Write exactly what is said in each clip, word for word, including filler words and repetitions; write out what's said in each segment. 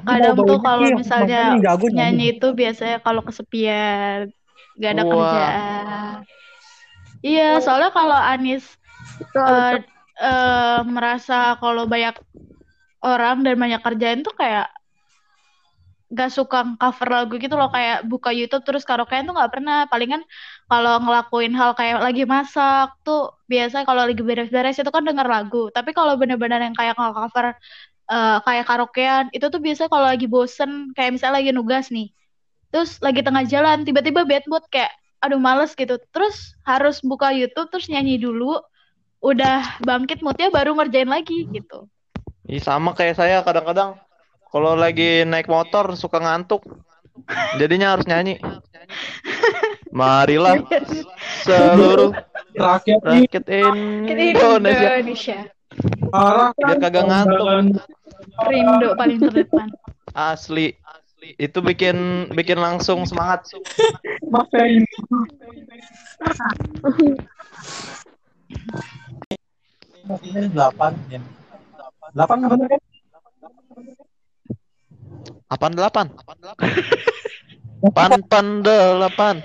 Dia mau kadang tuh bawain kalau yang misalnya makanya yang jago nyanyi. nyanyi itu biasanya kalau kesepian, gak ada Wah, kerjaan. Iya, soalnya kalau Anis Betul, eh betul. eh, merasa kalau banyak orang dan banyak kerjaan tuh kayak gak suka cover lagu gitu loh, kayak buka YouTube terus karaokean tuh gak pernah. Palingan kalau ngelakuin hal kayak lagi masak tuh biasa, kalau lagi beres-beres itu kan denger lagu. Tapi kalau bener-bener yang kayak nge-cover eh, kayak karaokean itu tuh biasanya kalau lagi bosen, kayak misalnya lagi nugas nih, terus lagi tengah jalan tiba-tiba bad mood kayak aduh males gitu, terus harus buka YouTube terus nyanyi dulu, udah bangkit moodnya baru ngerjain lagi gitu. ih sama kayak saya kadang-kadang kalau lagi naik motor suka ngantuk. Jadinya harus nyanyi. Marilah seluruh Rakyat rakyat Indonesia Indonesia biar kagak ngantuk. Rindo paling terdepan. Asli. Itu bikin bikin langsung semangat. Maksain. Ini delapan ya. Delapan apa bener kan? Apaan delapan? Pan pan delapan.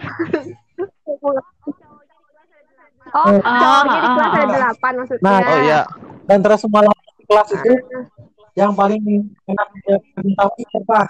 Oh, Eh. cowoknya di Ah, kelas ah, ada ah. delapan maksudnya. Nah, Oh iya. Dan antara semua delapan kelas itu yang paling enak dia tahu siapa?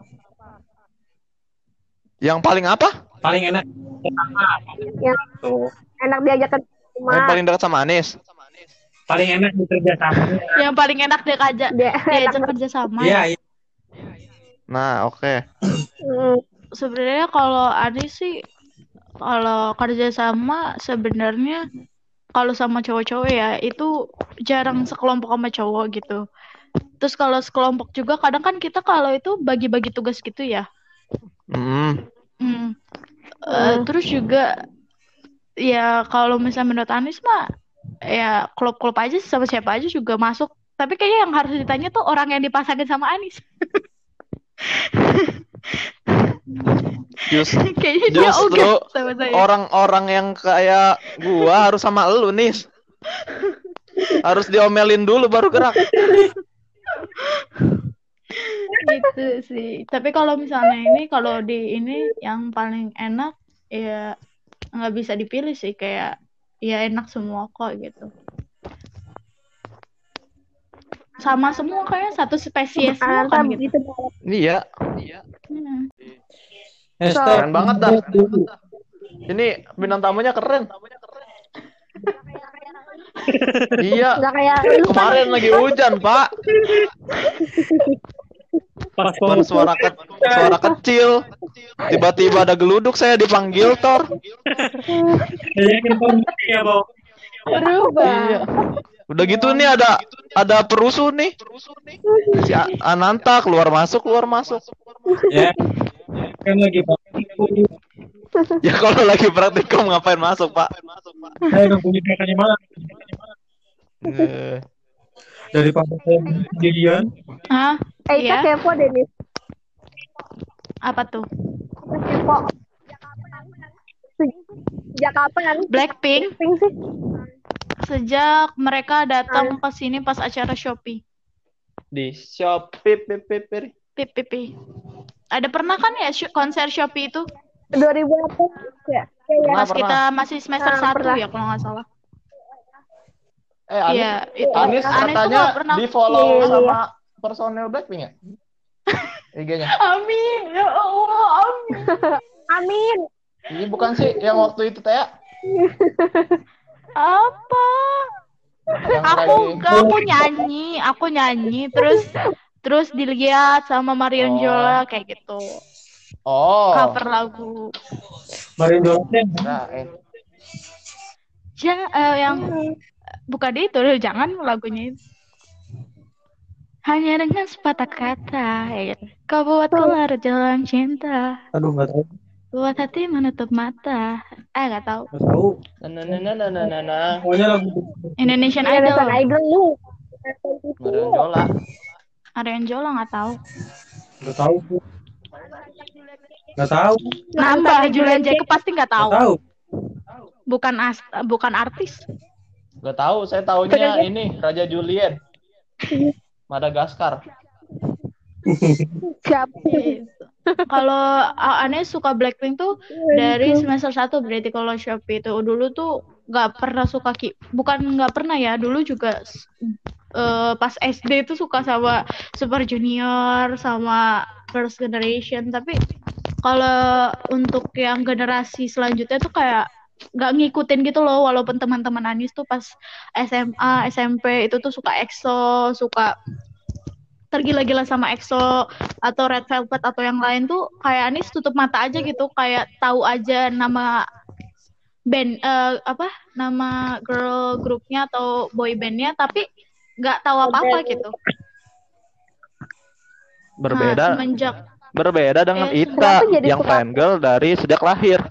Yang paling apa? Paling enak. Yang enak diajak ke rumah. Yang paling dekat sama Anies. Paling enak bekerja sama. Yang paling enak dia aja Dia diajak enak. kerja sama. Iya, Ya. iya. Nah, oke. Hmm. Sebenarnya kalau Anis sih kalau kerja sama sebenarnya kalau sama cowok-cowok ya itu jarang sekelompok sama cowok gitu. Terus kalau sekelompok juga kadang kan kita kalau itu bagi-bagi tugas gitu ya. Hmm. Hmm. Eh, terus juga ya kalau misalnya menurut Anis mah ya klub-klub aja sama siapa aja juga masuk. Tapi kayaknya yang harus ditanya tuh orang yang dipasangin sama Anis. Just, Kayaknya dia justru oke sama saya. orang-orang yang kayak gua harus sama elu Nis. Harus diomelin dulu baru gerak. Gitu sih. Tapi kalau misalnya ini kalau di ini yang paling enak ya nggak bisa dipilih sih, kayak ya enak semua kok gitu. Sama semua kayak satu spesies semua Anta kan gitu. begitu. Iya. Hmm. Hashtag Keren banget dah. Ini bintang tamunya keren. Iya. Nggak kayak Kemarin lagi hujan, Pak. Pas Cuman suara ke- suara kecil. Tiba-tiba ada geluduk, saya dipanggil Tor. ya, Bo. Berubah. Iya. Udah gitu nih ada ada perusuh nih. Si A- Ananta keluar masuk keluar masuk. Ya. Kan lagi Ya kalau lagi praktikum ngapain masuk, Pak? saya nggak punya kakaknya mana Eh, dari Pak sendirian. Hah? Eh, Ika Iya. kepo deh nih. Apa tuh? Kepo. Sejak kapan? Blackpink Blackpink sih? sejak mereka datang ke sini pas acara Shopee. di Shopee pip pip pip. Pip pip pip. Ada pernah kan ya sh- konser Shopee itu? dua ribu delapan ya? Ya, ya. Pernah, Pas pernah. kita masih semester Ah, satu pernah. ya kalau nggak salah. Eh, Anis, Iya, itu. Anis Anis tuh katanya nggak pernah. di follow Iya, iya. sama personel Blackpink ya? I G-nya. Amin, ya Allah, amin. Amin. Ini bukan sih yang waktu itu Teh? Apa? Yang Aku lagi enggak, aku nyanyi, aku nyanyi terus terus dilihat sama Marion Oh. Jola kayak gitu. Oh. Cover lagu. Marin Jola Nah, eh. Ja- eh, yang bukan itu, jangan lagunya itu. Hanya dengan sepatah kata, ya gitu. Kau buat keluar jalan cinta, aduh nggak tahu buat hati menutup mata. Eh, nggak tahu. nggak tahu Nah, nah, nah, nah, nah, nah, nah. pokoknya lagu Indonesian Ini Idol. Indonesian Idol lu. Marion Jola. Arian Jola nggak tahu. nggak tahu nggak tahu Nambah Julian Jacob pasti nggak nggak tahu. tahu Bukan as bukan artis. Gak tahu, saya taunya ini Raja Julien. Madagaskar. Siapa? Gitu. Kalau A- aneh suka Blackpink tuh dari semester satu berarti kalau Shopee itu dulu tuh nggak pernah suka K, bukan nggak pernah ya, dulu juga s- eh, pas S D tuh suka sama Super Junior sama First Generation, tapi kalau untuk yang generasi selanjutnya tuh kayak nggak ngikutin gitu loh, walaupun teman-teman Anis tuh pas S M A S M P itu tuh suka EXO, suka tergila-gila sama EXO atau Red Velvet atau yang lain tuh kayak Anis tutup mata aja gitu, kayak tahu aja nama band eh, apa nama girl grupnya atau boy bandnya, tapi nggak tahu apa-apa gitu. Nah, Berbeda semenjak berbeda dengan eh, Ita Kenapa jadi yang suka? fangirl dari sejak lahir.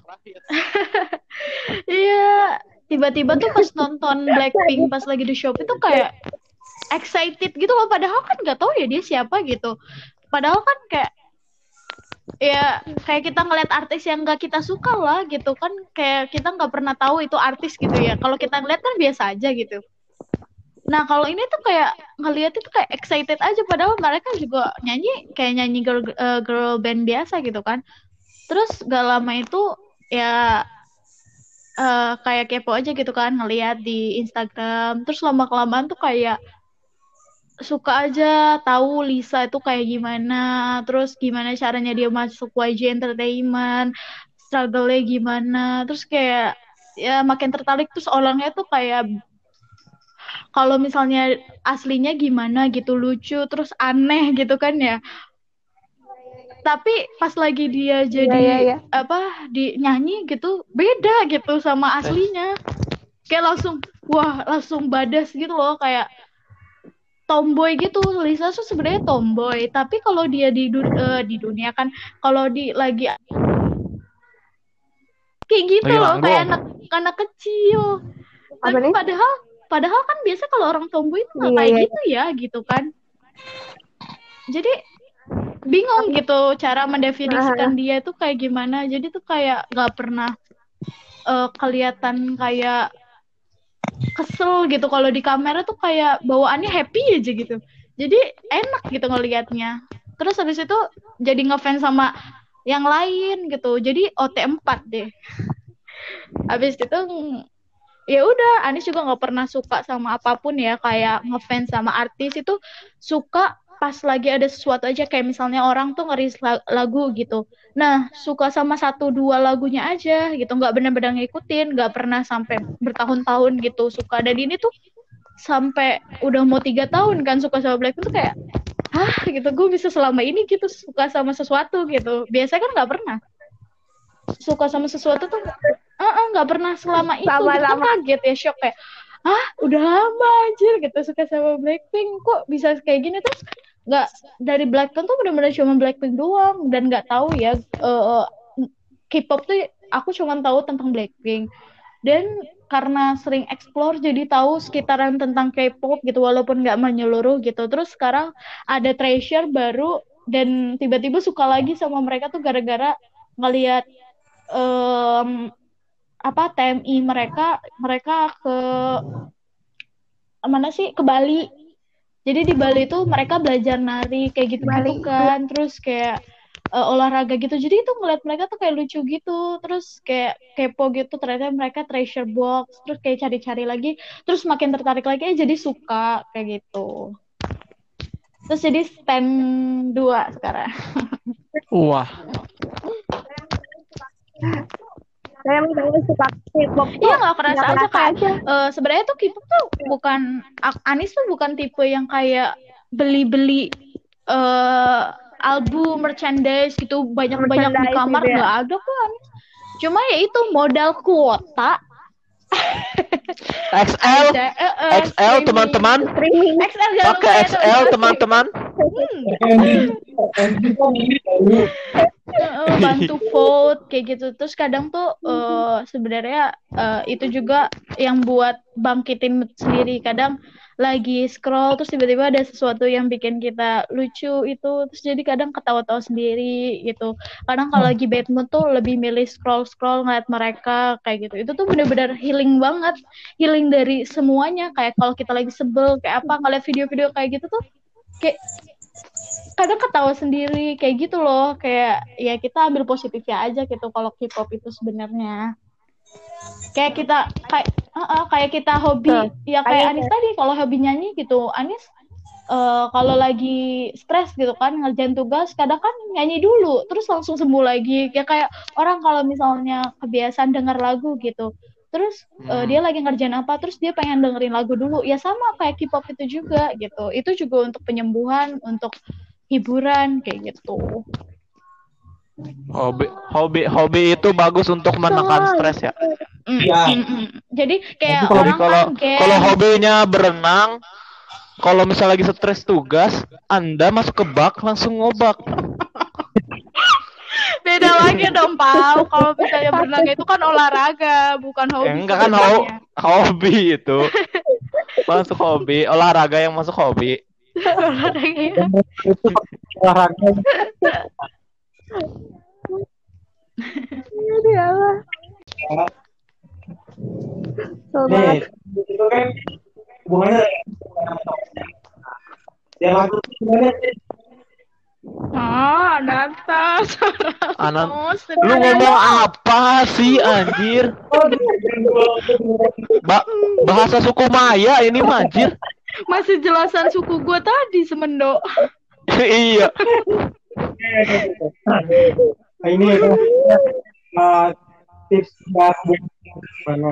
iya, tiba-tiba tuh pas nonton Blackpink pas lagi di Shopee tuh kayak excited gitu loh, padahal kan nggak tahu ya dia siapa gitu. Padahal kan kayak ya kayak kita ngeliat artis yang nggak kita suka lah gitu kan, kayak kita nggak pernah tahu itu artis gitu ya. Kalau kita ngeliat kan biasa aja gitu. Nah kalau ini tuh kayak ngeliat itu kayak excited aja, padahal mereka juga nyanyi kayak nyanyi girl, eh, girl band biasa gitu kan. Terus gak lama itu ya eh, kayak kepo aja gitu kan ngeliat di Instagram. Terus lama kelamaan tuh kayak suka aja tahu Lisa itu kayak gimana, terus gimana caranya dia masuk Y G Entertainment, struggle-nya gimana, terus kayak ya makin tertarik. Terus orangnya tuh kayak kalau misalnya aslinya gimana gitu, lucu terus aneh gitu kan ya, tapi pas lagi dia Iya, jadi iya, iya. apa di nyanyi gitu beda gitu sama aslinya, kayak langsung wah langsung badas gitu loh, kayak tomboy gitu. Lisa tuh sebenarnya tomboy, tapi kalau dia di du- eh, di dunia kan, kalau di lagi kayak gitu Lagi loh, kayak manggung. anak anak kecil. Apa Tapi nih? padahal padahal kan biasa kalau orang tomboy itu nggak Iya, kayak iya. gitu ya gitu kan. Jadi bingung gitu cara mendefinisikan dia itu kayak gimana. Jadi tuh kayak nggak pernah eh, kelihatan kayak kesel gitu. Kalau di kamera tuh kayak bawaannya happy aja gitu. Jadi enak gitu ngelihatnya. Terus habis itu jadi ngefans sama yang lain gitu. Jadi O T empat deh. Habis itu mm, ya udah, Anis juga nggak pernah suka sama apapun ya, kayak ngefans sama artis itu suka pas lagi ada sesuatu aja, kayak misalnya orang tuh ngeris la- lagu gitu. Nah, suka sama satu dua lagunya aja gitu, nggak benar-benar ngikutin, nggak pernah sampai bertahun-tahun gitu suka. Dan ini tuh sampai udah mau tiga tahun kan suka sama Blackpink tuh kayak, hah gitu, gue bisa selama ini gitu suka sama sesuatu gitu. Biasanya kan nggak pernah suka sama sesuatu tuh, uh nggak pernah selama itu gitu kan, Sama-sama. kaget ya, shock kayak, ah udah lama anjir gitu suka sama Blackpink, kok bisa kayak gini. Terus nggak, dari Blackpink tuh benar-benar cuma Blackpink doang, dan nggak tahu ya eh, K-pop tuh aku cuma tahu tentang Blackpink. Dan karena sering explore jadi tahu sekitaran tentang K-pop gitu, walaupun nggak menyeluruh gitu. Terus sekarang ada Treasure baru, dan tiba-tiba suka lagi sama mereka tuh gara-gara ngelihat em, apa T M I mereka mereka ke mana sih, ke Bali. Jadi di Bali tuh mereka belajar nari kayak gitu-gitu Bali. kan, terus kayak eh, olahraga gitu. Jadi itu ngeliat mereka tuh kayak lucu gitu, terus kayak kepo gitu, ternyata mereka treasure box, terus kayak cari-cari lagi, terus makin tertarik lagi, eh, jadi suka kayak gitu. Terus jadi stand dua sekarang. Wah, Saya memang suka K-pop Iya, kok. nggak kerasa Nggak aja kerasa kayak aja. eh, sebenarnya tuh K-pop tuh bukan, A- Anis tuh bukan tipe yang kayak beli-beli eh album merchandise gitu banyak-banyak di Merchandise kamar, gitu ya. nggak ada kok Anis. Cuma ya itu modal kuota X L, aja, eh, eh, X L streaming. teman-teman, Streaming. X L jangan lupa pakai ya X L teman-teman. teman-teman. Hmm. M V kan ini baru. Heeh, bantu vote kayak gitu. Terus kadang tuh eh, sebenarnya eh, itu juga yang buat bangkitin mood sendiri. Kadang lagi scroll terus tiba-tiba ada sesuatu yang bikin kita lucu itu, terus jadi kadang ketawa-tawa sendiri gitu. Kadang kalau lagi bad mood tuh lebih milih scroll-scroll ngeliat mereka kayak gitu. Itu tuh bener-bener healing banget, healing dari semuanya. Kayak kalau kita lagi sebel kayak apa, ngeliat video-video kayak gitu tuh kayak kadang ketawa sendiri kayak gitu loh, kayak ya kita ambil positifnya aja gitu kalau K-pop itu sebenarnya kayak kita kayak uh, uh, kayak kita hobi Tuh, ya kayak Anis tadi kalau hobi nyanyi gitu. Anis uh, kalau lagi stres gitu kan ngerjain tugas kadang kan nyanyi dulu terus langsung sembuh lagi ya kayak orang kalau misalnya kebiasaan denger lagu gitu terus uh, Hmm. dia lagi ngerjain apa terus dia pengen dengerin lagu dulu ya sama kayak K-pop itu juga gitu itu juga untuk penyembuhan untuk hiburan kayak gitu. Hobi hobi hobi itu bagus untuk menekan stres ya. Mm, Iya. mm, mm. Jadi kayak Tapi kalau- orang Kalau kan kayak kalau hobinya berenang, kalau misalnya lagi stres tugas, Anda masuk ke bak langsung ngobak. beda lagi dong Pau. Kalau misalnya berenang itu kan olahraga, bukan hobi. Eh, enggak kan ho sebenarnya. hobi itu. Masuk hobi, olahraga yang masuk hobi. Olahraga ya. Itu olahraga. Aduh, ya Allah. Betul Nih, banget. itu kan hubungannya ya lagu itu sebenarnya sih. Ah, Nata. Anan, Oh, lu sedih. ngomong apa sih anjir? Oh, dia- Ba bahasa suku Maya ini mah, anjir. Masih jelasan suku gua tadi semendo. Iya. Nah, ini uh, tips buat gimana?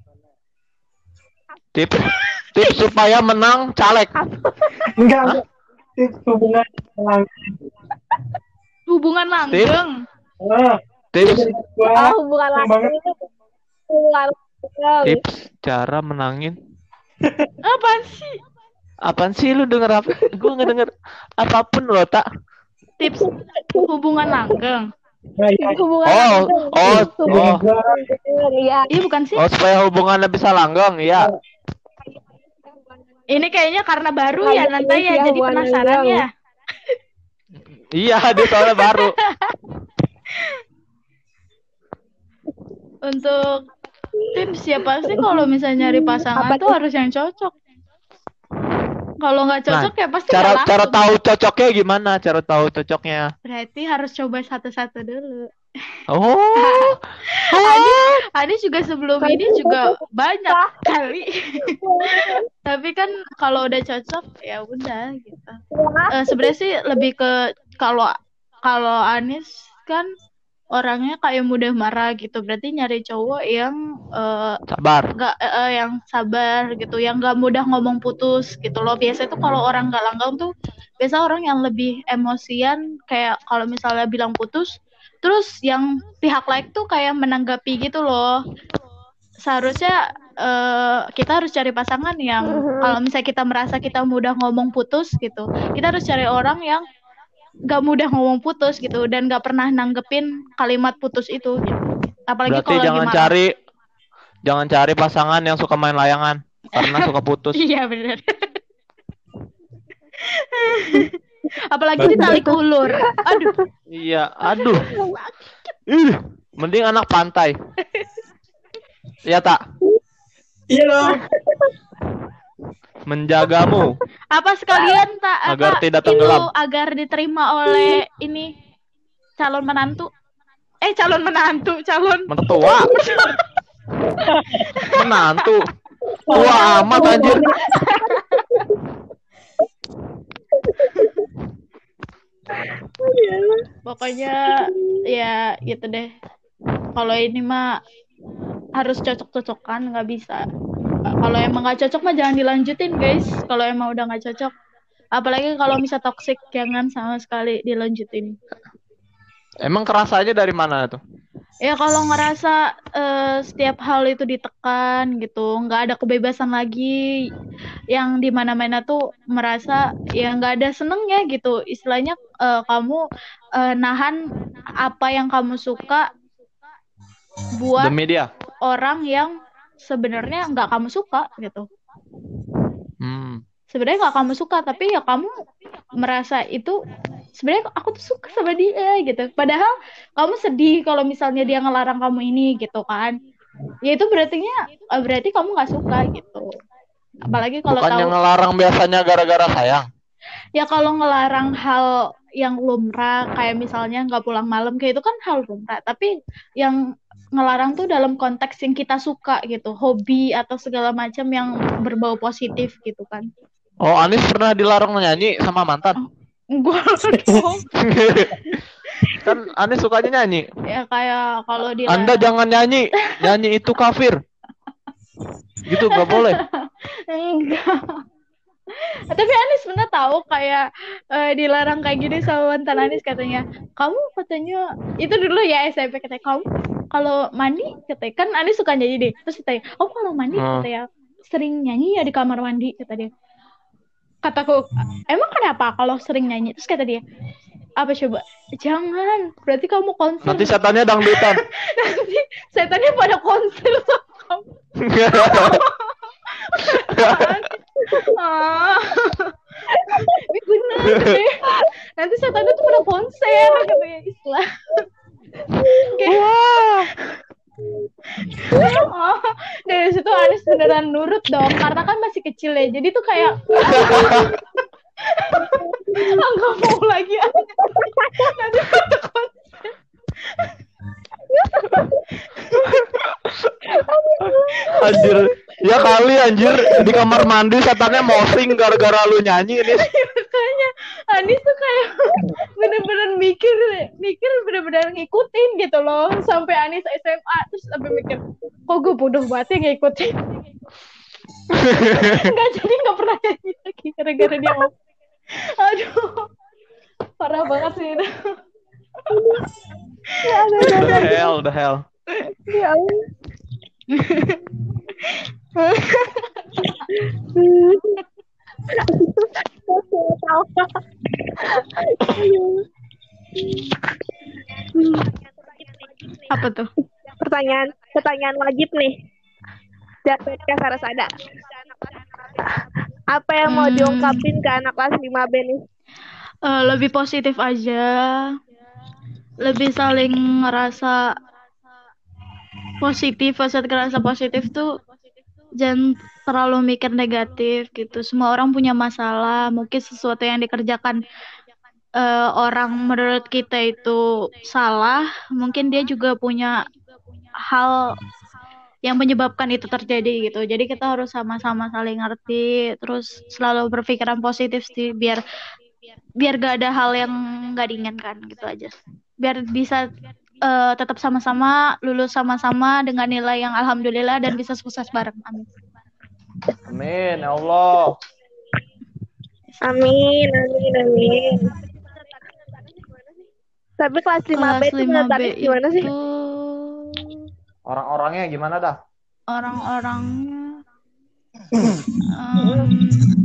Tips tips supaya menang caleg. Enggak, enggak. Tips hubungan langgeng. Hubungan langgeng. Ah, Tips gua Ah, hubungan seneng langsung banget. itu hubungan langsung. tips cara menangin. Apaan sih? Apaan sih lu denger apa? Gue nggak denger apapun loh, tak. Tips hubungan langgeng. Nah, iya. Hubungan Oh, langsung. oh, oh, Gua Iya. Iya bukan sih? oh supaya hubungannya bisa langgeng, ya. Ini kayaknya karena baru ya Langgeng Nanta ya, ya, jadi hubungan penasaran langgeng. ya. Iya, dia soalnya baru. Untuk tips siapa sih kalau misalnya nyari pasangan Apa tuh tuh? harus yang cocok. Kalau nggak cocok ya pasti Cara nggak cara langsung. tahu cocoknya gimana? Cara tahu cocoknya. Berarti harus coba satu-satu dulu. Oh. Adi, Adi juga sebelum ini juga banyak kali. Tapi kan kalau udah cocok ya udah gitu. Eh, sebenarnya sih lebih ke kalau kalau Anis kan orangnya kayak mudah marah gitu. Berarti nyari cowok yang eh, Sabar. nggak eh, eh, yang sabar gitu, yang nggak mudah ngomong putus gitu loh. Biasa itu kalau orang nggak langgeng tuh biasa orang yang lebih emosian, kayak kalau misalnya bilang putus terus yang pihak lain tuh kayak menanggapi gitu loh. Seharusnya eh, kita harus cari pasangan yang kalau misalnya kita merasa kita mudah ngomong putus gitu, kita harus cari orang yang nggak mudah ngomong putus gitu dan nggak pernah nanggepin kalimat putus itu gitu. Apalagi Berarti kalau lagi jangan marah. cari jangan cari pasangan yang suka main layangan karena suka putus. Iya benar. Apalagi ditarik ulur. Aduh. Iya, aduh. Ih, mending anak pantai. Iya tak? Iya dong. Menjagamu. Apa sekalian tak apa Agar tidak itu tenggelam. agar diterima oleh ini calon menantu. Eh calon menantu, calon Mertua. Menantu. Tua amat anjir. pokoknya ya gitu deh. Kalau ini mah harus cocok-cocokan, nggak bisa. Kalau emang nggak cocok mah jangan dilanjutin guys. Kalau emang udah nggak cocok, apalagi kalau bisa toxic, jangan sama sekali dilanjutin. Emang kerasanya dari mana tuh? Ya kalau ngerasa eh, setiap hal itu ditekan gitu, nggak ada kebebasan lagi, yang di mana-mana tuh merasa ya nggak ada senengnya gitu. Istilahnya eh, kamu eh, nahan apa yang kamu suka buat Demi dia. orang yang sebenarnya nggak kamu suka gitu. Hmm. Sebenarnya nggak kamu suka, tapi ya kamu merasa itu sebenarnya aku tuh suka sama dia gitu. Padahal kamu sedih kalau misalnya dia ngelarang kamu ini gitu kan. Ya itu berartinya eh, berarti kamu nggak suka gitu. Apalagi kalau Bukannya tahu ngelarang biasanya gara-gara sayang. Ya kalau ngelarang hal yang lumrah kayak misalnya nggak pulang malam kayak itu kan hal lumrah. Tapi yang ngelarang tuh dalam konteks yang kita suka gitu, hobi atau segala macam yang berbau positif gitu kan. Oh, Anis pernah dilarang nyanyi sama mantan? Gue dong. Kan Anis sukanya nyanyi. Ya kayak kalau di Anda jangan nyanyi, nyanyi itu kafir. Gitu nggak boleh. enggak. Tapi Anis pernah tahu kayak eh, dilarang kayak gini sama mantan Anis katanya. Kamu katanya itu dulu ya S M P katanya kamu kalau mandi katanya kan Anis suka nyanyi deh. Terus katanya, "Oh, kalau mandi Hmm. katanya sering nyanyi ya di kamar mandi," kata dia. Kataku, "Emang kenapa kalau sering nyanyi?" Terus kata dia, "Apa coba? Jangan, berarti kamu konser." Nanti setannya dangdutan. Nanti setannya pada konser sama kamu. Ah. Ini bener deh. Nanti setannya tuh pada konser katanya Islam. Kayak oh, dari situ Anis beneran nurut dong karena kan masih kecil ya. Jadi tuh kayak ah, nggak mau lagi nanti pada konser. Anjir, ya kali anjir di kamar mandi setannya mosing gara-gara lu nyanyi ini. Makanya Anis tuh kayak bener-bener mikir mikir bener-bener ngikutin gitu loh sampai Anis S M A terus sampai mikir kok gue bodoh banget ya ngikutin. Nggak jadi nggak pernah nyanyi lagi gara-gara dia mau. Aduh parah banget sih itu. The hell, the hell. Ya Allah. Apa tuh? Pertanyaan pertanyaan wajib nih. Dari podcast Sarasada. Apa yang mau Hmm. diungkapin ke anak kelas lima B nih? Eh, lebih positif aja, lebih saling ngerasa positif, pas ngerasa positif tuh jangan terlalu mikir negatif gitu. Semua orang punya masalah, mungkin sesuatu yang dikerjakan eh, orang menurut kita itu salah, mungkin dia juga punya hal yang menyebabkan itu terjadi gitu. Jadi kita harus sama-sama saling ngerti, terus selalu berpikiran positif sih biar biar gak ada hal yang gak diinginkan gitu aja. Biar bisa eh, tetap sama-sama lulus sama-sama dengan nilai yang alhamdulillah dan bisa sukses bareng. Amin. Amin, ya Allah. Amin, amin, amin. Tapi kelas lima B Kelas itu lima menurut B Anis gimana sih? itu Orang-orangnya gimana dah? orang-orangnya em,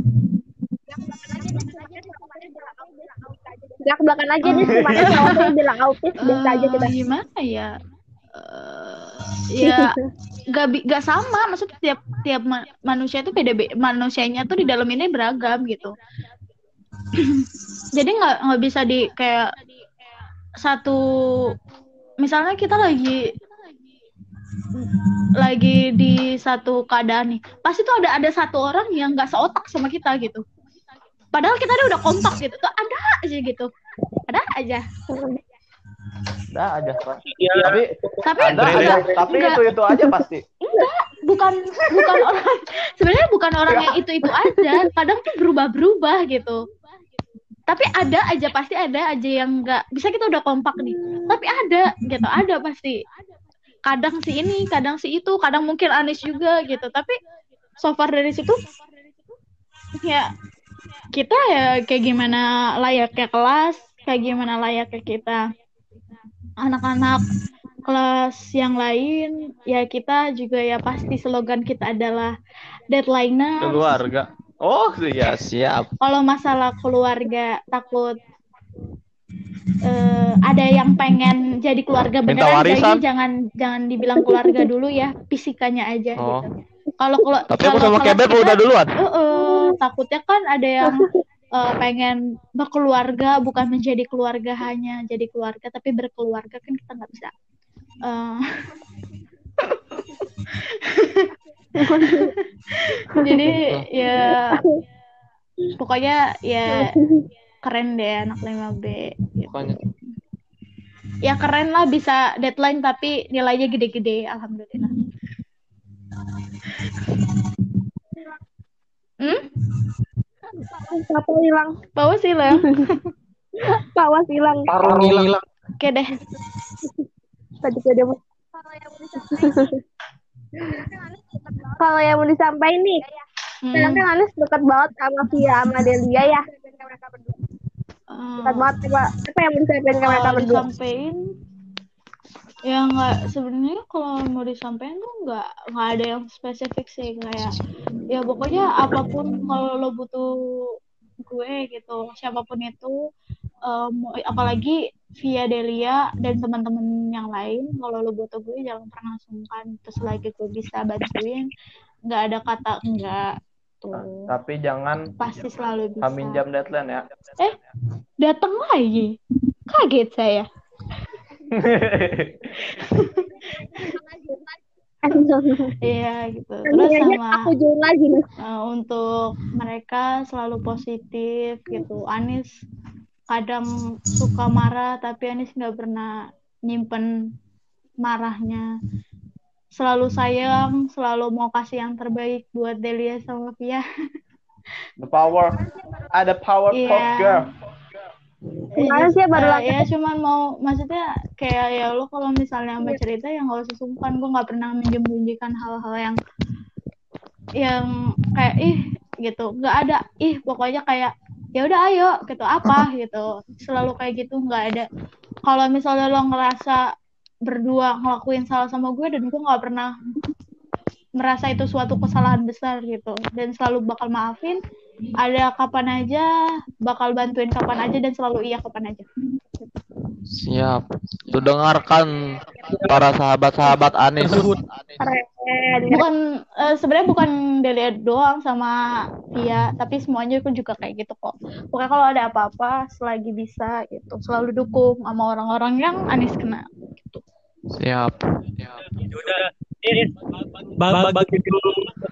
Belak-belakan aja nih kemarin kalau bilang autis biasa aja kita. eh, gimana ya? Eh, ya gak, bi- gak sama, maksudnya tiap tiap ma- manusia itu beda, be- manusianya tuh di dalam ini beragam gitu. Jadi nggak nggak bisa di kayak satu, misalnya kita lagi lagi di satu keadaan nih, pasti tuh ada ada satu orang yang nggak seotak sama kita gitu. Padahal kita udah kompak gitu, tuh ada aja gitu, ada aja. Dah aja, Pak. Tapi Tapi ada enggak, aja, tapi enggak. itu itu aja pasti. Enggak, bukan bukan orang sebenarnya bukan orang yang itu-itu aja, kadang tuh berubah-berubah gitu. Tapi ada aja, pasti ada aja yang enggak bisa kita udah kompak nih. Tapi ada gitu, ada pasti. Kadang si ini, kadang si itu, kadang mungkin Anis juga gitu. Tapi so far dari situ ya kita ya kayak gimana layaknya kelas, kayak gimana layaknya kita anak-anak kelas yang lain, ya kita juga ya pasti slogan kita adalah deadline-nya. Keluarga. Oh iya siap. Kalau masalah keluarga takut eh, ada yang pengen jadi keluarga Minta beneran, warisan. jadi jangan jangan dibilang keluarga dulu ya, fisikanya aja Oh. gitu. Kalau kelu- Tapi aku kalau sama kelas Kebet kita, udah duluan. eh, eh, takutnya kan ada yang eh, pengen berkeluarga, bukan menjadi keluarga hanya jadi keluarga, tapi berkeluarga kan kita nggak bisa. Eh, jadi ya Pokoknya ya keren deh anak lima B gitu. Pokoknya Ya keren lah bisa deadline tapi nilainya gede-gede, alhamdulillah. Hmm? Apa hilang? Paus hilang. Pawas hilang. Tarung hilang. Oke deh. Tadi ada kalau yang mau disampaikan nih, sekarang kan Anis dekat banget sama Via sama Delia ya. Dekat banget coba. Apa yang mau disampaikan ke mereka Kalau berdua? disampaikan ya nggak, sebenarnya kalau mau disampaikan tuh nggak nggak ada yang spesifik sih, kayak ya pokoknya apapun kalau lo butuh gue gitu, siapapun itu, um, apalagi via Delia dan teman-teman yang lain, kalau lo butuh gue jangan pernah sungkan, terus lagi gue bisa bantuin, nggak ada kata enggak tuh, tapi jangan pasti selalu bisa. amin jam deadline ya. Eh datang lagi, kaget saya. Iya gitu. Terus sama aku join lagi nih. uh, untuk mereka selalu positif gitu. Anis kadang suka marah tapi Anis nggak pernah nyimpen marahnya. Selalu sayang, selalu mau kasih yang terbaik buat Delia sama Via. The power, ada power Iya. pop girl. Gimana sih baru uh, ya cuman mau, maksudnya kayak ya lo kalau misalnya mau cerita ya nggak usah sungkan. Gue nggak pernah menjembunyikan hal-hal yang yang kayak ih gitu, nggak ada ih, pokoknya kayak ya udah ayo gitu apa gitu, selalu kayak gitu, nggak ada. Kalau misalnya lo ngerasa berdua ngelakuin salah sama gue dan gue nggak pernah merasa itu suatu kesalahan besar gitu, dan selalu bakal maafin, ada kapan aja, bakal bantuin kapan aja, dan selalu iya kapan aja. Siap. Tuh dengarkan para sahabat-sahabat Anis. Keren. Bukan uh, sebenarnya bukan Delia doang sama Via, tapi semuanya pun juga kayak gitu kok. Pokoknya kalau ada apa-apa selagi bisa gitu, selalu dukung sama orang-orang yang Anis kenal gitu. Siap. Siap. Udah. Ini bagi dulu.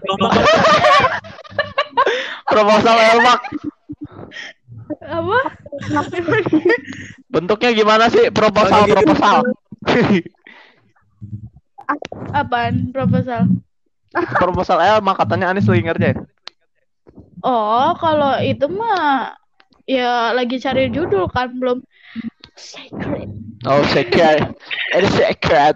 Proposal Elmak. Apa? Bentuknya gimana sih proposal proposal? Apaan proposal? Proposal Elmak katanya Anis lagi ngerjain. Oh, kalau itu mah ya lagi cari judul kan, belum secret. Oh, secret. It is secret.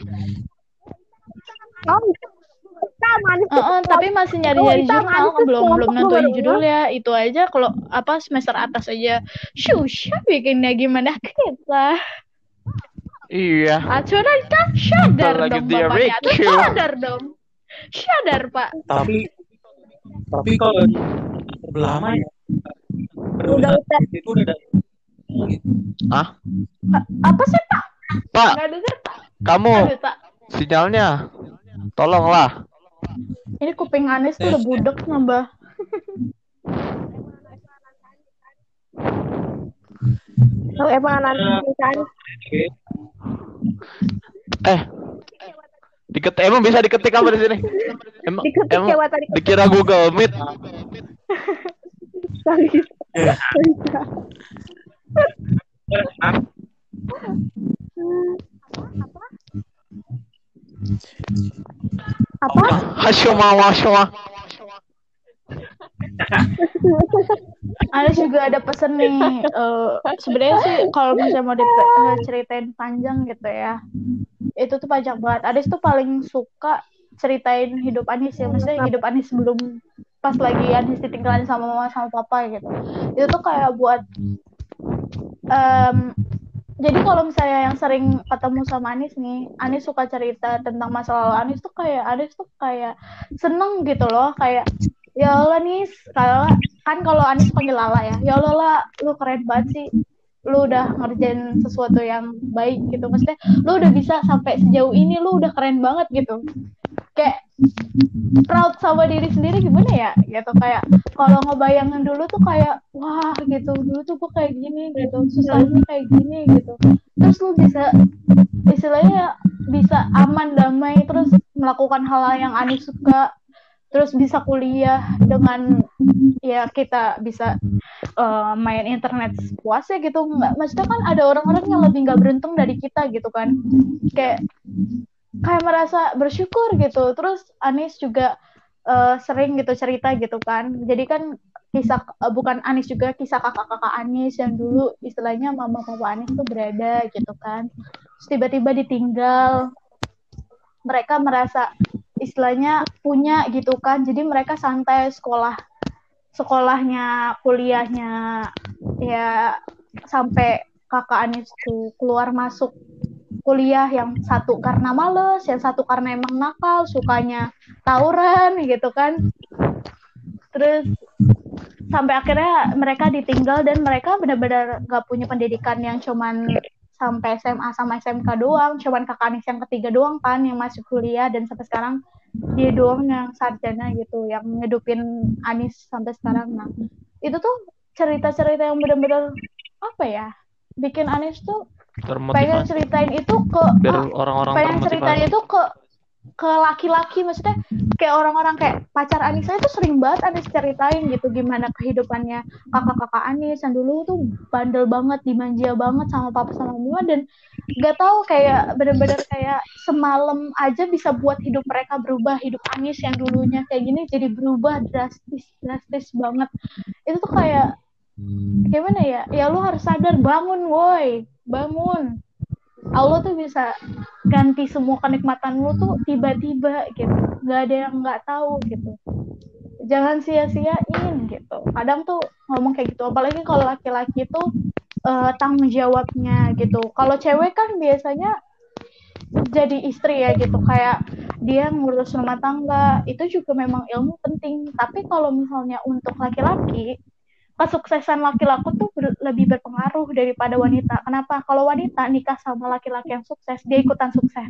Oh, sama Anis. Uh, uh, tapi masih nyari-nyari Oh, jurnal, Anis belum tuh belum kelompok nentuin baru. judulnya. Itu aja kalau apa semester atas aja. Syusha bikinnya gimana kita? Iya. Aturan tak sadar Lagi dong dia bapaknya. Tuh review. sadar dong. Sadar pak. Tapi tapi kalau lama ya Udah udah. itu udah Ah, A- apa sih pak? Pak, Nggak denger pak. kamu Aduh pak. sinyalnya tolonglah. Ini kuping Anis tuh udah budek nambah. Oh, emang anak kan. Eh, diketik emang bisa diketik apa di sini? Emang, Diketik emang coba tadi. dikira Google Meet. Apa? Hasyoma hasyoma. Anis juga ada pesen nih. Uh, sebenarnya sih kalau misalnya mau diceritain panjang gitu ya, itu tuh panjang banget. Anis tuh paling suka ceritain hidup Anis ya, maksudnya hidup Anis sebelum pas lagi Anis ditinggalin sama mama sama papa gitu. Itu tuh kayak buat um, jadi kalau misalnya yang sering ketemu sama Anis nih, Anis suka cerita tentang masa lalu Anis tuh kayak Anis tuh kayak seneng gitu loh, kayak ya Allah Nis, kalau kan kalau Anis panggil Lala ya, ya Allah lah, lu keren banget sih, lu udah ngerjain sesuatu yang baik gitu, maksudnya lu udah bisa sampai sejauh ini, lu udah keren banget gitu, kayak proud sama diri sendiri gimana ya, gitu, kayak kalau ngebayangin dulu tuh kayak wah gitu, dulu tuh gue kayak gini gitu, susahnya kayak gini gitu, terus lu bisa istilahnya bisa aman damai terus melakukan hal-hal yang Anis suka. terus bisa kuliah dengan ya kita bisa uh, main internet puasnya gitu. Nggak, maksudnya kan ada orang-orang yang lebih nggak beruntung dari kita gitu kan, kayak kayak merasa bersyukur gitu. Terus Anis juga uh, sering gitu cerita gitu kan, jadi kan kisah uh, bukan Anis juga kisah kakak-kakak Anis yang dulu istilahnya mama papa Anis tuh berada gitu kan, terus tiba-tiba ditinggal, mereka merasa istilahnya punya gitu kan, jadi mereka santai sekolah sekolahnya kuliahnya ya sampai kakak Anis tuh keluar masuk kuliah, yang satu karena males, yang satu karena emang nakal sukanya tawuran gitu kan, terus sampai akhirnya mereka ditinggal dan mereka benar-benar gak punya pendidikan yang cuman sampai S M A sama S M K doang, cuman kakak Anis yang ketiga doang kan yang masuk kuliah, dan sampai sekarang dia doang yang sarjana gitu yang ngedupin Anis sampai sekarang. Nah itu tuh cerita-cerita yang benar-benar apa ya, bikin Anis tuh Termotivasi. pengen ceritain itu ke Biar ah, orang-orang pengen termotivasi. ceritain itu ke ke laki-laki, maksudnya kayak orang-orang kayak pacar Anis saya tuh sering banget Anis ceritain gitu gimana kehidupannya kakak-kakak Anis yang dulu tuh bandel banget, dimanja banget sama papa sama mama, dan gak tahu kayak bener-bener kayak semalam aja bisa buat hidup mereka berubah. Hidup Anis yang dulunya kayak gini jadi berubah drastis drastis banget. Itu tuh kayak gimana ya, ya lu harus sadar, bangun woi, bangun. Allah tuh bisa ganti semua kenikmatan lu tuh tiba-tiba gitu, gak ada yang gak tahu gitu, jangan sia-siain gitu. Kadang tuh ngomong kayak gitu, apalagi kalau laki-laki tuh uh, tanggung jawabnya gitu. Kalau cewek kan biasanya jadi istri ya gitu, kayak dia ngurus rumah tangga, itu juga memang ilmu penting. Tapi kalau misalnya untuk laki-laki, kesuksesan laki-laki tuh ber- lebih berpengaruh daripada wanita. Kenapa? Kalau wanita nikah sama laki-laki yang sukses, dia ikutan sukses.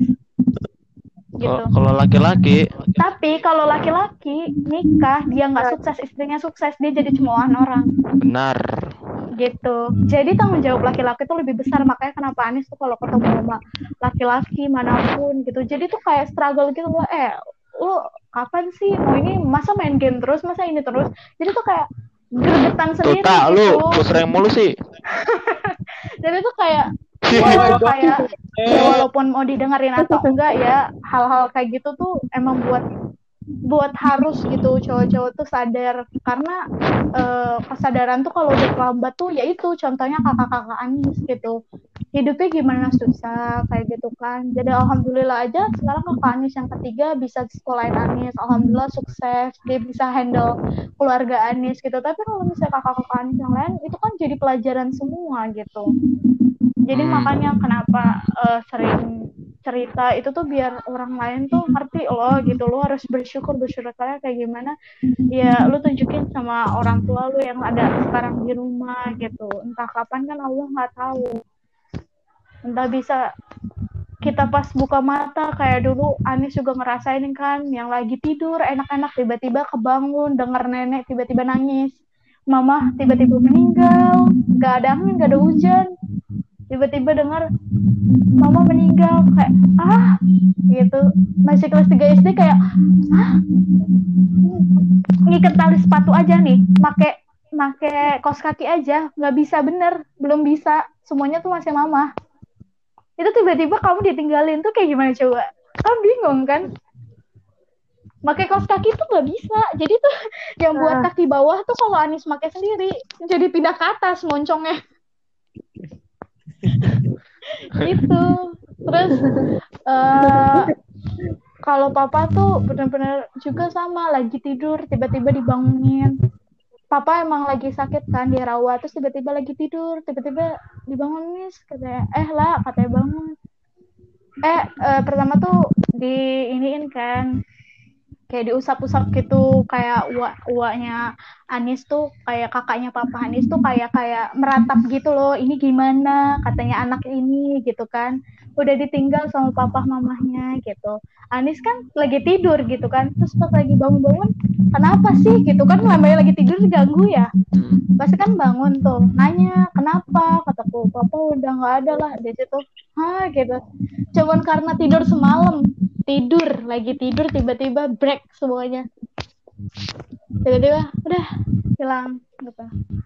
Gitu. Kalau laki-laki, tapi kalau laki-laki nikah, dia nggak sukses, istrinya sukses, dia jadi cemoohan orang. benar. Gitu. Jadi tanggung jawab laki-laki tuh lebih besar. Makanya kenapa Anis tuh kalau ketemu sama laki-laki manapun gitu, jadi tuh kayak struggle gitu loh. Eh, lu kapan sih mau ini? Masa main game terus? Masa ini terus? Jadi tuh kayak gregetan sendiri Tuh, gitu. lu lu sering mulu sih. Jadi tuh kayak wah, kayak ya walaupun mau didengerin atau enggak ya, hal-hal kayak gitu tuh emang buat buat harus gitu cowok-cowok tuh sadar, karena uh, kesadaran tuh kalau udah terlambat tuh ya itu contohnya kakak-kakak Anis gitu, hidupnya gimana susah kayak gitu kan. Jadi alhamdulillah aja sekarang kakak Anis yang ketiga bisa sekolahin Anis, alhamdulillah sukses, dia bisa handle keluarga Anis gitu. Tapi kalau misalnya kakak-kakak Anis yang lain itu kan jadi pelajaran semua gitu. Jadi hmm. makanya kenapa uh, sering cerita itu tuh biar orang lain tuh ngerti loh gitu, lo harus bersyukur bersyukur kayak kayak gimana ya, lo tunjukin sama orang tua lo yang ada sekarang di rumah gitu. Entah kapan kan Allah nggak tahu, entah bisa kita pas buka mata kayak dulu Anis juga ngerasain kan, yang lagi tidur enak-enak tiba-tiba kebangun denger nenek tiba-tiba nangis, mama tiba-tiba meninggal, nggak ada angin nggak ada hujan, tiba-tiba dengar mama meninggal, kayak ah gitu, masih kelas tiga S D kayak ah, ngiket tali sepatu aja nih, make make kaos kaki aja nggak bisa bener, belum bisa, semuanya tuh masih mama. Itu tiba-tiba kamu ditinggalin tuh kayak gimana coba? Kamu bingung kan? Make kaos kaki tuh nggak bisa, jadi tuh yang buat kaki bawah tuh kalau Anis make sendiri, jadi pindah ke atas moncongnya. Gitu. Terus uh, kalau papa tuh benar-benar juga sama, lagi tidur tiba-tiba dibangunin. Papa emang lagi sakit kan, dirawat, terus tiba-tiba lagi tidur tiba-tiba dibangunin, katanya eh lah katanya bangun. Eh uh, pertama tuh di iniin kan, kayak diusap-usap gitu, kayak uak-uaknya Anis tuh, kayak kakaknya papa Anis tuh kayak kayak meratap gitu loh, ini gimana katanya anak ini gitu kan, udah ditinggal sama papa mamahnya gitu. Anis kan lagi tidur gitu kan, terus pas lagi bangun-bangun, kenapa sih gitu kan, namanya lagi tidur diganggu ya, pasti kan bangun tuh nanya kenapa, kataku papa udah nggak ada lah di situ. Hah gitu, cuman karena tidur semalam, tidur lagi tidur tiba-tiba break semuanya, tiba-tiba udah hilang gitu.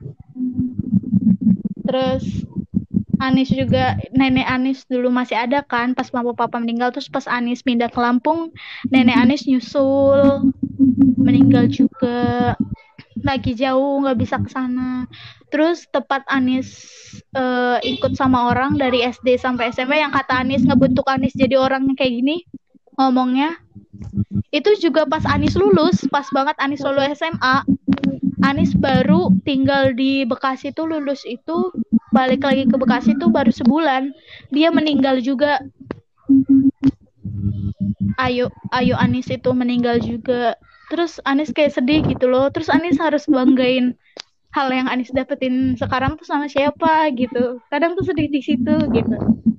Terus Anis juga, nenek Anis dulu masih ada kan pas mama papa meninggal. Terus pas Anis pindah ke Lampung, nenek Anis nyusul, meninggal juga, lagi jauh nggak bisa ke sana. Terus tepat Anis uh, ikut sama orang dari S D sampai S M P yang kata Anis ngebentuk Anis jadi orang kayak gini ngomongnya, itu juga pas Anis lulus, pas banget Anis lulus S M A. Anis baru tinggal di Bekasi tuh, lulus itu balik lagi ke Bekasi tuh baru sebulan, dia meninggal juga. Ayo, Ayo Anis itu meninggal juga. Terus Anis kayak sedih gitu loh. Terus Anis harus banggain hal yang Anis dapetin sekarang tuh sama siapa gitu. Kadang tuh sedih di situ gitu.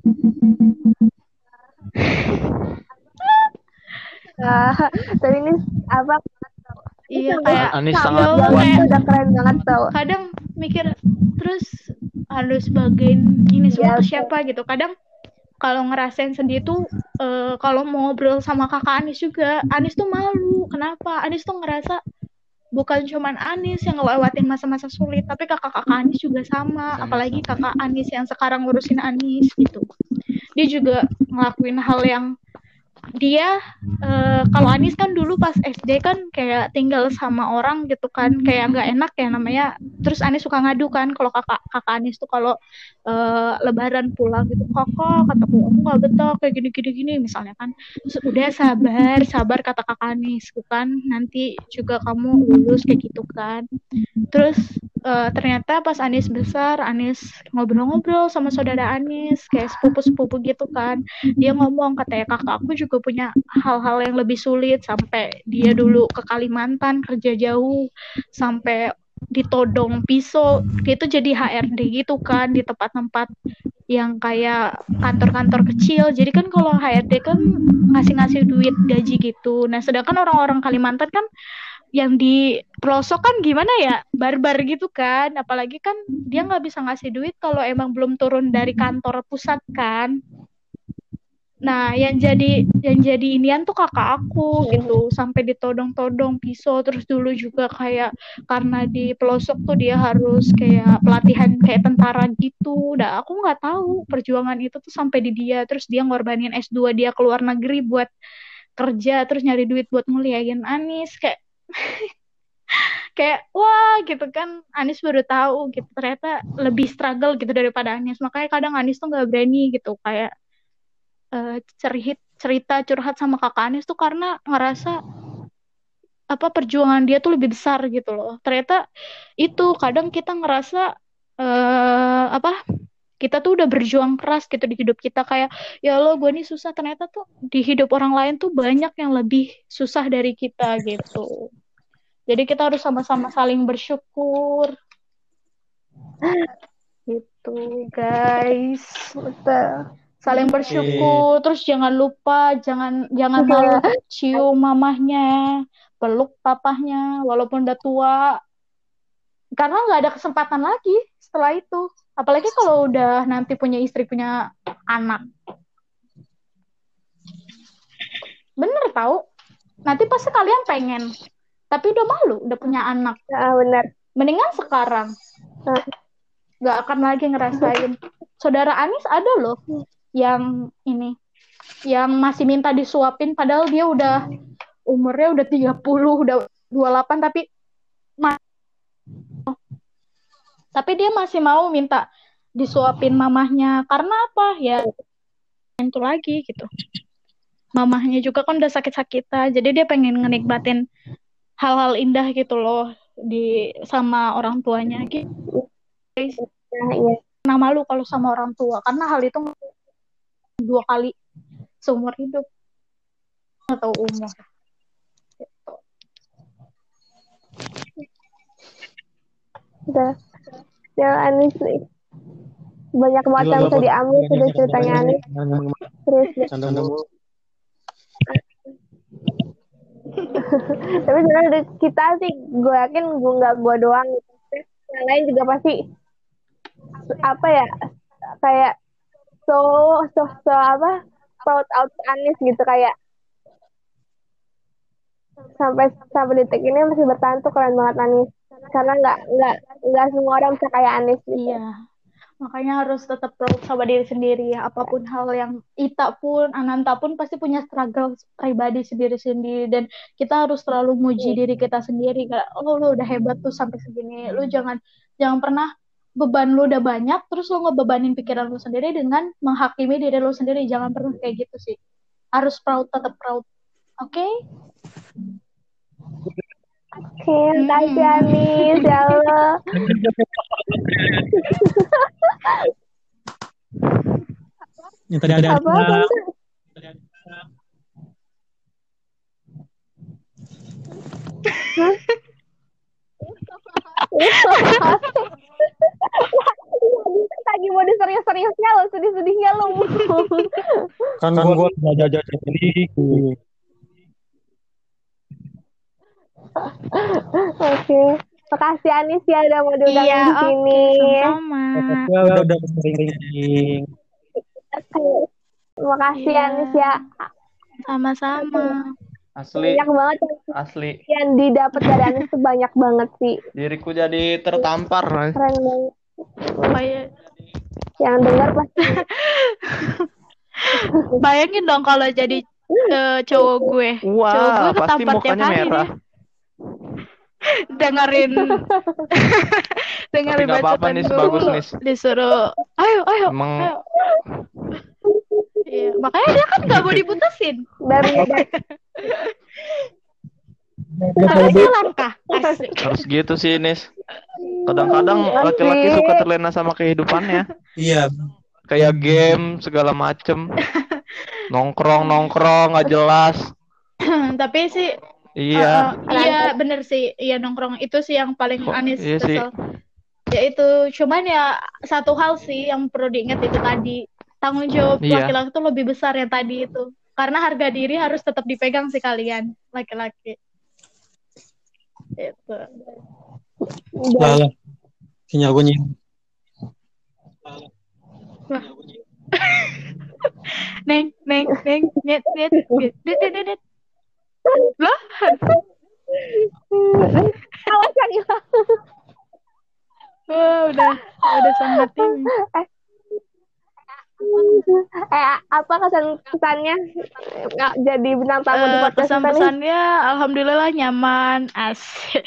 Uh, tapi ini apa? Iya kayak Anis sangat kuat. Kayak udah keren banget tau. Kadang mikir terus harus bagain ini semua ya, ke siapa gitu. Kadang kalau ngerasain sedih tuh uh, kalau mau ngobrol sama kakak Anis juga, Anis tuh malu. Kenapa? Anis tuh ngerasa bukan cuman Anis yang ngelewatin masa-masa sulit, tapi kakak-kakak Anis juga sama. Apalagi kakak Anis yang sekarang ngurusin Anis gitu. Dia juga ngelakuin hal yang dia uh, kalau Anis kan dulu pas S D kan kayak tinggal sama orang gitu kan, kayak nggak enak ya namanya. Terus Anis suka ngadu kan kalau kakak kakak Anis tuh kalau uh, lebaran pulang gitu, kakak kataku aku nggak betah kayak gini gini gini misalnya kan. Terus udah sabar sabar kata kakak Anis kan, nanti juga kamu lulus kayak gitu kan. Terus uh, ternyata pas Anis besar, Anis ngobrol-ngobrol sama saudara Anis kayak sepupu-sepupu gitu kan, dia ngomong katanya kakak aku juga punya hal-hal yang lebih sulit, sampai dia dulu ke Kalimantan kerja jauh sampai ditodong pisau. Dia tuh jadi H R D gitu kan di tempat-tempat yang kayak kantor-kantor kecil. Jadi kan kalau H R D kan ngasih-ngasih duit gaji gitu. Nah sedangkan orang-orang Kalimantan kan yang di pelosok kan gimana ya, barbar gitu kan. Apalagi kan dia nggak bisa ngasih duit kalau emang belum turun dari kantor pusat kan. Nah, yang jadi yang jadi inian tuh kakak aku gitu, sampai ditodong-todong pisau. Terus dulu juga kayak karena di pelosok tuh dia harus kayak pelatihan kayak tentara gitu. Udah aku nggak tahu perjuangan itu tuh sampai di dia. Terus dia ngorbanin S dua dia ke luar negeri buat kerja, terus nyari duit buat muliain Anis kayak kayak wah gitu kan. Anis baru tahu gitu ternyata lebih struggle gitu daripada Anis. Makanya kadang Anis tuh nggak berani gitu kayak Uh, cerita cerita curhat sama kakak Anis tuh karena ngerasa apa perjuangan dia tuh lebih besar gitu loh. Ternyata itu kadang kita ngerasa uh, apa kita tuh udah berjuang keras gitu di hidup kita, kayak ya Allah gue nih susah, ternyata tuh di hidup orang lain tuh banyak yang lebih susah dari kita gitu. Jadi kita harus sama-sama saling bersyukur gitu guys. Betul. Saling bersyukur, terus jangan lupa jangan jangan malu cium mamahnya, peluk papahnya walaupun udah tua, karena nggak ada kesempatan lagi setelah itu, apalagi kalau udah nanti punya istri punya anak. Bener tahu, nanti pasti kalian pengen tapi udah malu udah punya anak. Ah, bener. Mendingan sekarang nggak akan lagi ngerasain. Saudara Anis ada loh yang ini, yang masih minta disuapin padahal dia udah umurnya udah tiga puluh, udah dua puluh delapan, tapi ma- tapi dia masih mau minta disuapin mamahnya. Karena apa? Ya itu lagi gitu. Mamahnya juga kan udah sakit-sakitan, jadi dia pengen ngenikmatin hal-hal indah gitu loh di sama orang tuanya gitu. Nah, malu kalau sama orang tua karena hal itu dua kali seumur hidup atau umur gitu. Udah ya Anis nih banyak banget yang bisa diambil sudah ceritanya Anis. Terus ya. Tapi sebenarnya kita sih gue yakin gue nggak gue doang gitu. Yang lain juga pasti apa ya kayak so so so apa shout out Anis gitu, kayak sampai sampai detik ini masih bertahan tuh keren banget Anis. Karena nggak nggak nggak semua orang bisa kayak Anis gitu. Iya. Makanya harus tetap proud sama diri sendiri ya. Apapun hal yang Ita pun, Ananta pun pasti punya struggle pribadi sendiri-sendiri. Dan kita harus selalu muji diri kita sendiri. Kayak, oh lu udah hebat tuh sampai segini. Lu jangan jangan pernah beban lu udah banyak, terus lu ngebebanin pikiran lu sendiri dengan menghakimi diri lu sendiri. Jangan pernah kayak gitu sih. Harus proud, tetap proud. Oke? Okay? Oke, makasih Anis, ya Allah. Yang tadi ada Apa? Hah? Lagi mau serius-seriusnya lo, sedih-sedihnya lo. kan gue jajan sendiri. Oke, makasih Anis ya udah mau diundang Iya, di sini. Oke, sama-sama. Udah udah sering-sering. Makasih Iya. Anis ya. Sama-sama. Asli, Banyak banget asli. yang didapat dari Anis tuh banyak banget sih. Diriku jadi tertampar. Keren banget. Bayang- Yang dengar pasti Bayangin dong kalau jadi eh, cowok gue. Cowok gue Wah, pasti ketampar tiap mukanya hari merah. dia. Dengerin dengerin Tapi nggak apa-apa, bacotan Nis, gue bagus, mulu. Nis. Disuruh ayo ayo Emang ayo. Iya, makanya dia kan nggak mau diputusin. dari Makanya langkah. Asik. harus gitu sih, Nis. Kadang-kadang laki-laki suka terlena sama kehidupannya. Iya. Kayak game segala macem. Nongkrong-nongkrong nggak jelas. Tapi sih Iya. uh, uh, iya bener sih, iya nongkrong itu sih yang paling Kok- Anis iya sih. kesel. Ya itu, cuman ya satu hal sih yang perlu diingat itu tadi, tanggung jawab Iya. laki-laki itu lebih besar yang tadi itu. Karena harga diri harus tetap dipegang sih kalian, laki-laki. Itu. Lah lah. Sinyal gue nyinyir. Neng, neng, neng, net, net, net, net, net, net. Lah, awas yang hilang. wah, udah, udah sangat ini. Eh apa kesan kesannya nggak jadi bintang tamu di Eh, podcast kita nih? pesan-pesannya alhamdulillah nyaman, asik.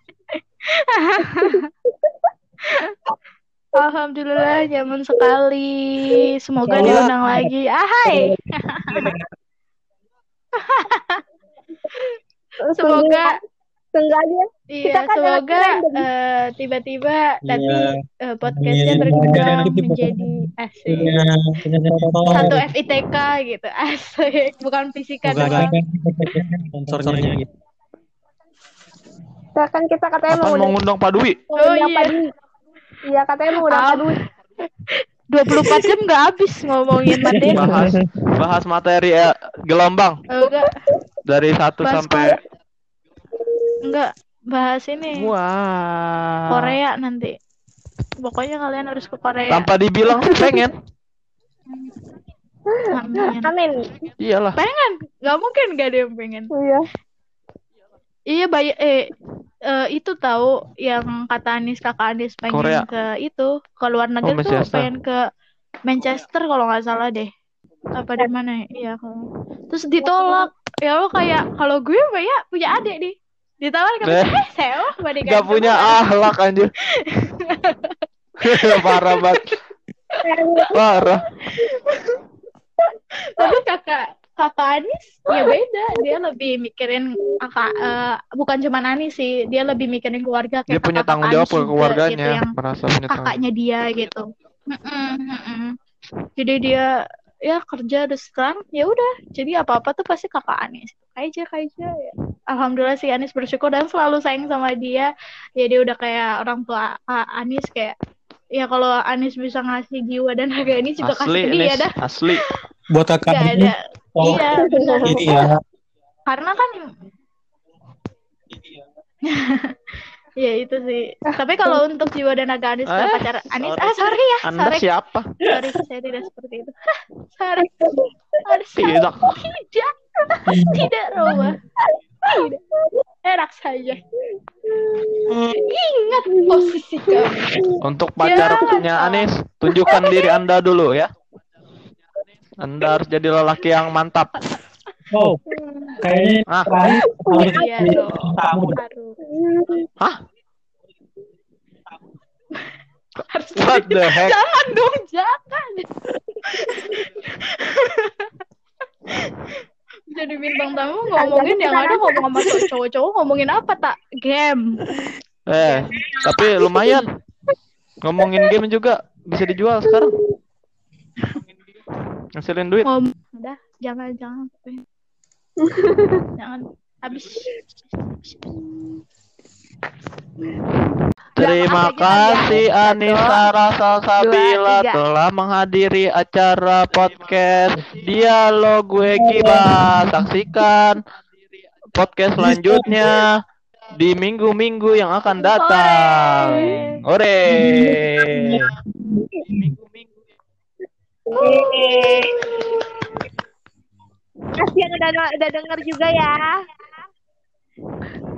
Alhamdulillah nyaman sekali. Semoga diundang lagi. Ahai. Semoga Seenggaknya iya, kita kan semoga anak keren, eh, tiba-tiba nanti Iya. eh, podcastnya Amin. berkembang Nanti menjadi asik. Punya punya sponsor. Satu F I T K gitu, asik. Bukan fisika Bukan doang. sponsornya gitu. Kita kan kita katanya Apaan mau mau ngundang Pak Dwi? Oh, ngundang iya. Pak Dwi. Iya katanya mau ngundang Ah. Pak Dwi. dua puluh empat jam nggak habis ngomongin materi. Bahas bahas materi ya, gelombang Oh, enggak, dari satu Bahas sampai enggak bahas ini. wah. Korea nanti. Pokoknya kalian harus ke Korea. Tanpa dibilang sih pengen. Amin. Amin. Iyalah. Pengen? Gak mungkin gak ada yang pengen. Iya. Iya, bay eh, eh itu tahu yang kata Anis, kakak Anis pengen Korea. ke itu, ke luar negeri Oh, tuh Manchester. pengen ke Manchester kalau nggak salah deh. Apa di mana ya? Iya, kalau. Terus ditolak. Ya lo kayak kalau gue ya punya adik nih. Ditawar kan Eh. eh sewa bodyguard Gak punya gue. akhlak anjir. Parah banget. Parah. Tapi kakak kakak Anis ya beda, dia lebih mikirin kakak eh, bukan cuma Anis sih, dia lebih mikirin keluarga Dia kayak punya kakak tanggung jawab Anis ke juga, keluarganya. gitu, yang Merasa punya tanggung jawab. kakaknya dia gitu. Mm-mm, mm-mm. Jadi dia ya kerja terus sekarang ya udah, jadi apa apa tuh pasti kakak Anis aja aja ya. Alhamdulillah sih Anis bersyukur dan selalu sayang sama dia. Ya dia udah kayak orang tua A- Anis, kayak ya kalau Anis bisa ngasih jiwa dan harga ini juga kasih Asli ke dia Nis, dah. asli. Buat kakak Gak ini, ada. oh, Iya benar. ini ya. Karena kan ya itu sih. Tapi kalau untuk jiwa dan naga Anis ke Eh, pacar Anis, sorry. ah sorry ya, Anda sorry, siapa? sorry saya tidak seperti itu. sorry, Aduh, Tidak. tidak, tidak, Roma, tidak. pacarnya Anis, tunjukkan diri Anda dulu ya. Anda harus jadi lelaki yang mantap. Oh, kayaknya Ah. terakhir harus Iya jadi dong. tamu. Aduh. Hah? Harus What the heck? Jangan dong, jangan. Jadi bintang tamu ngomongin yang ada ngomong sama cowok-cowok ngomongin apa tak? Game. Eh, tapi lumayan. Ngomongin game juga bisa dijual sekarang. Ngasilin duit. Ngom udah, jangan jangan. Jangan habis. Terima maaf ya, kasih ya. Anissa Salsabila dua, tiga. telah menghadiri acara podcast Dialog Gue Gibah. Saksikan podcast selanjutnya di minggu-minggu yang akan datang. Ore. Kasih yang udah udah denger juga ya.